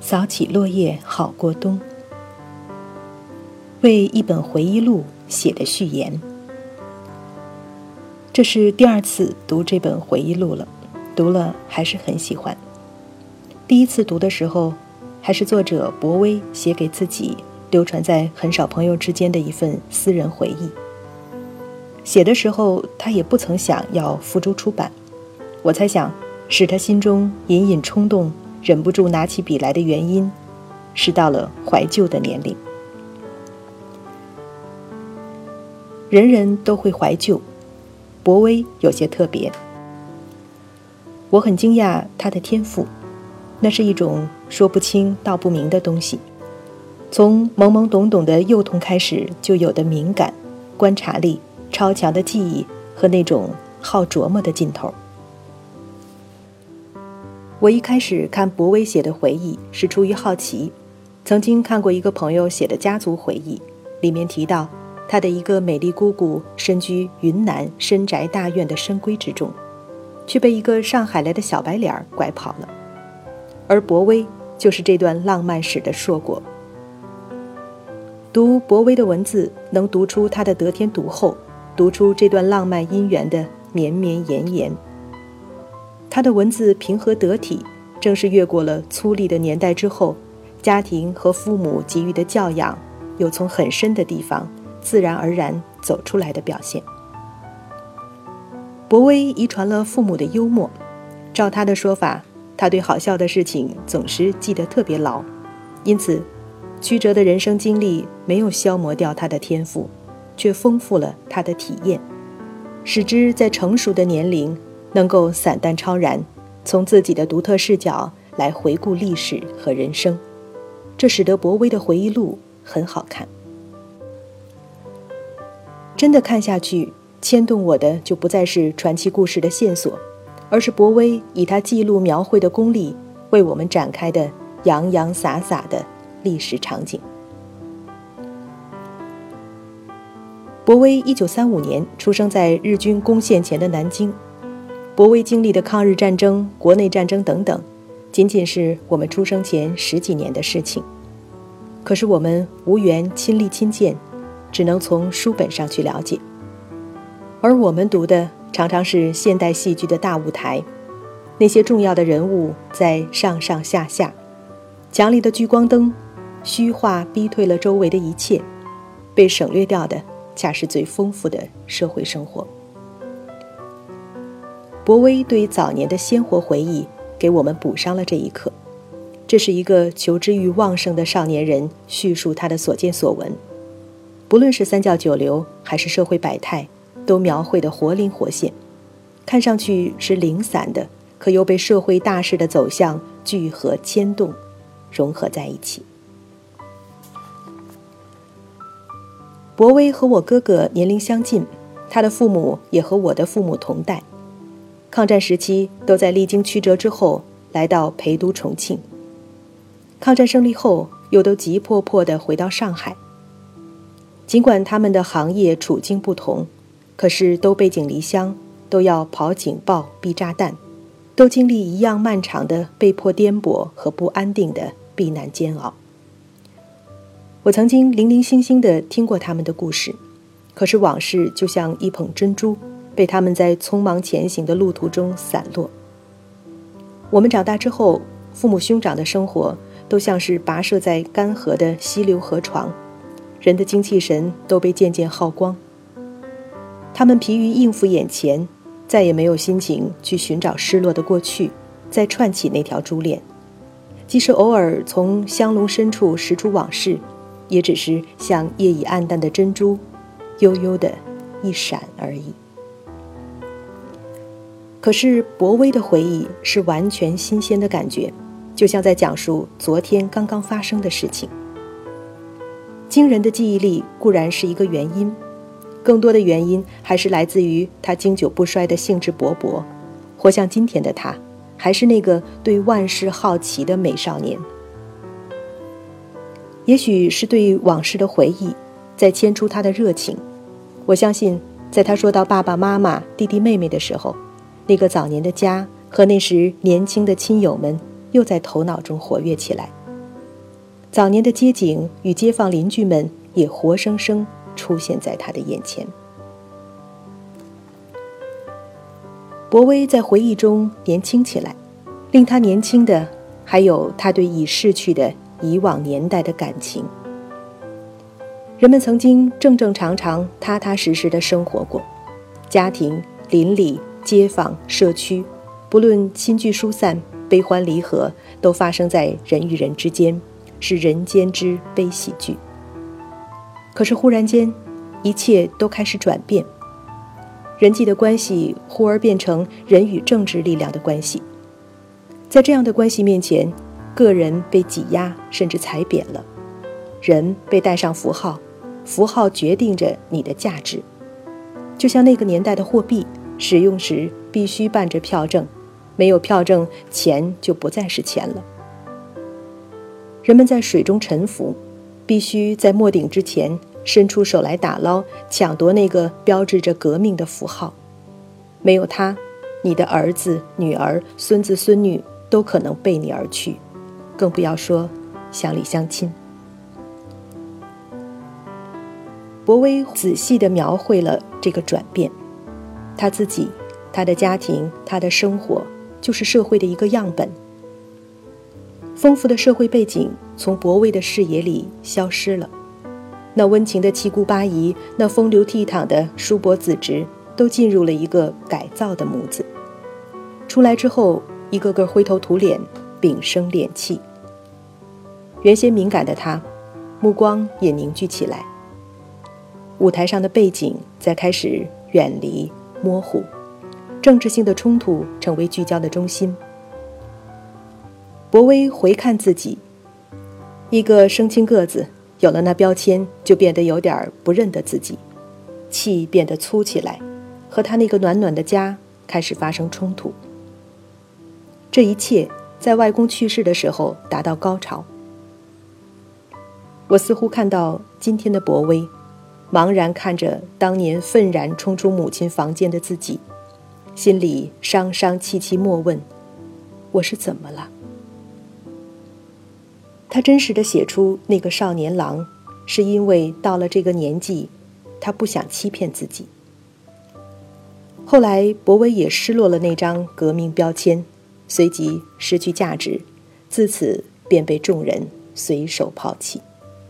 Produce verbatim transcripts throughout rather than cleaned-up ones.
扫起落叶好过冬，为一本回忆录写的序言。这是第二次读这本回忆录了，读了还是很喜欢。第一次读的时候，还是作者博威写给自己流传在很少朋友之间的一份私人回忆。写的时候他也不曾想要付诸出版，我猜想使他心中隐隐冲动忍不住拿起笔来的原因是到了怀旧的年龄。人人都会怀旧，博威有些特别。我很惊讶他的天赋，那是一种说不清道不明的东西，从懵懵懂懂的幼童开始就有的敏感、观察力、超强的记忆和那种好琢磨的劲头。我一开始看博威写的回忆是出于好奇，曾经看过一个朋友写的家族回忆，里面提到他的一个美丽姑姑身居云南深宅大院的深闺之中，却被一个上海来的小白脸拐跑了，而博威就是这段浪漫史的硕果。读博威的文字，能读出他的得天独厚，读出这段浪漫姻缘的绵绵延延。他的文字平和得体，正是越过了粗粝的年代之后，家庭和父母给予的教养又从很深的地方自然而然走出来的表现。博威遗传了父母的幽默，照他的说法，他对好笑的事情总是记得特别牢，因此曲折的人生经历没有消磨掉他的天赋，却丰富了他的体验，使之在成熟的年龄能够散淡超然，从自己的独特视角来回顾历史和人生，这使得博威的回忆录很好看。真的看下去，牵动我的就不再是传奇故事的线索，而是博威以他记录描绘的功力为我们展开的洋洋洒洒的历史场景。博威一九三五年出生在日军攻陷前的南京，博威经历的抗日战争、国内战争等等，仅仅是我们出生前十几年的事情。可是我们无缘亲历亲见，只能从书本上去了解。而我们读的常常是现代戏剧的大舞台，那些重要的人物在上上下下，强力的聚光灯虚化逼退了周围的一切，被省略掉的恰是最丰富的社会生活。博威对早年的鲜活回忆给我们补上了这一课，这是一个求知欲旺盛的少年人叙述他的所见所闻，不论是三教九流还是社会百态，都描绘得活灵活现，看上去是零散的，可又被社会大势的走向聚合牵动，融合在一起。博威和我哥哥年龄相近，他的父母也和我的父母同代，抗战时期都在历经曲折之后来到陪都重庆，抗战胜利后又都急迫迫地回到上海。尽管他们的行业处境不同，可是都背井离乡，都要跑警报避炸弹，都经历一样漫长的被迫颠簸和不安定的避难煎熬。我曾经零零星星地听过他们的故事，可是往事就像一捧珍珠，被他们在匆忙前行的路途中散落。我们长大之后，父母兄长的生活都像是跋涉在干涸的溪流河床，人的精气神都被渐渐耗光。他们疲于应付眼前，再也没有心情去寻找失落的过去，再串起那条珠链。即使偶尔从香炉深处拾出往事，也只是像夜已暗淡的珍珠，悠悠的一闪而已。可是博威的回忆是完全新鲜的感觉，就像在讲述昨天刚刚发生的事情。惊人的记忆力固然是一个原因，更多的原因还是来自于他经久不衰的兴致勃勃，活像今天的他，还是那个对万事好奇的美少年。也许是对往事的回忆在牵出他的热情，我相信在他说到爸爸妈妈、弟弟妹妹的时候，那个早年的家和那时年轻的亲友们又在头脑中活跃起来， 早年的街景与街坊邻居们也活生生出现在他的眼前。博威在回忆中年轻起来，令他年轻的还有他对已逝去的以往年代的感情。人们曾经正正常常、踏踏实实地生活过，家庭、邻里、街坊、社区，不论亲聚疏散、悲欢离合，都发生在人与人之间，是人间之悲喜剧。可是忽然间，一切都开始转变，人际的关系忽而变成人与政治力量的关系。在这样的关系面前，个人被挤压甚至踩扁了，人被带上符号，符号决定着你的价值。就像那个年代的货币，使用时必须伴着票证，没有票证，钱就不再是钱了。人们在水中沉浮，必须在没顶之前伸出手来打捞，抢夺那个标志着革命的符号。没有它，你的儿子、女儿、孙子、孙女都可能背你而去，更不要说乡里乡亲。博威仔细地描绘了这个转变，他自己、他的家庭、他的生活，就是社会的一个样本。丰富的社会背景从博威的视野里消失了，那温情的七姑八姨，那风流倜傥的叔伯子侄，都进入了一个改造的模子。出来之后，一个个灰头土脸，屏声敛气。原先敏感的他，目光也凝聚起来。舞台上的背景在开始远离、模糊，政治性的冲突成为聚焦的中心。博威回看自己，一个生轻个子，有了那标签就变得有点不认得自己，气变得粗起来，和他那个暖暖的家开始发生冲突。这一切在外公去世的时候达到高潮。我似乎看到今天的博威，茫然看着当年愤然冲出母亲房间的自己，心里伤伤戚戚莫问，我是怎么了？他真实地写出那个少年郎，是因为到了这个年纪，他不想欺骗自己。后来博威也失落了那张革命标签，随即失去价值，自此便被众人随手抛弃。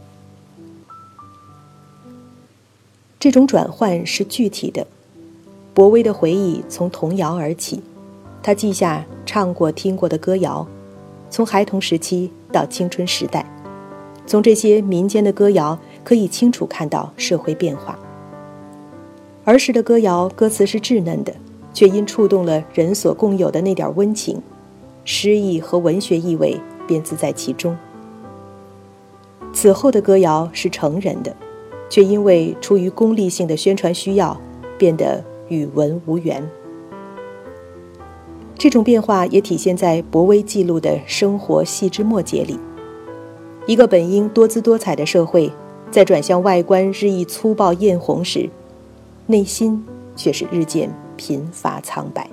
这种转换是具体的。博威的回忆从童谣而起，他记下唱过听过的歌谣，从孩童时期到青春时代，从这些民间的歌谣可以清楚看到社会变化。儿时的歌谣歌词是稚嫩的，却因触动了人所共有的那点温情，诗意和文学意味便自在其中。此后的歌谣是成人的，却因为出于功利性的宣传需要，变得与文无缘。这种变化也体现在博威记录的生活细枝末节里。一个本应多姿多彩的社会，在转向外观日益粗暴艳红时，内心却是日渐贫乏苍白。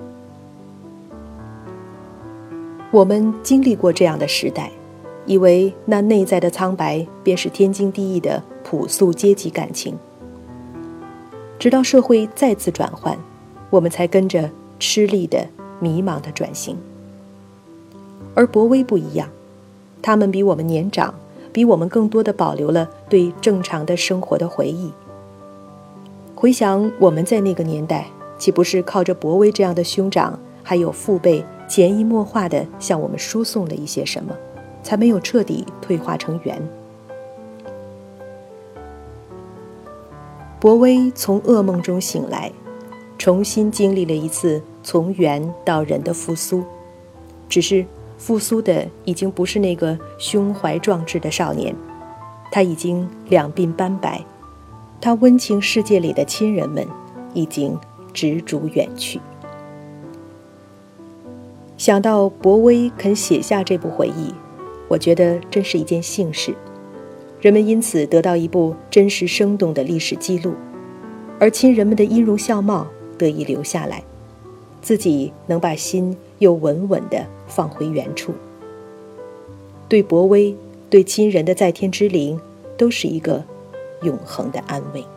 我们经历过这样的时代，以为那内在的苍白便是天经地义的朴素阶级感情。直到社会再次转换，我们才跟着吃力的迷茫的转型。而博威不一样，他们比我们年长，比我们更多的保留了对正常的生活的回忆。回想我们在那个年代，岂不是靠着博威这样的兄长还有父辈潜移默化地向我们输送了一些什么，才没有彻底退化成猿。博威从噩梦中醒来，重新经历了一次从猿到人的复苏，只是复苏的已经不是那个胸怀壮志的少年，他已经两鬓斑白，他温情世界里的亲人们已经执着远去。想到博威肯写下这部回忆，我觉得真是一件幸事。人们因此得到一部真实生动的历史记录，而亲人们的音容笑貌得以留下来，自己能把心又稳稳地放回原处。对博威， 对亲人的在天之灵都是一个永恒的安慰。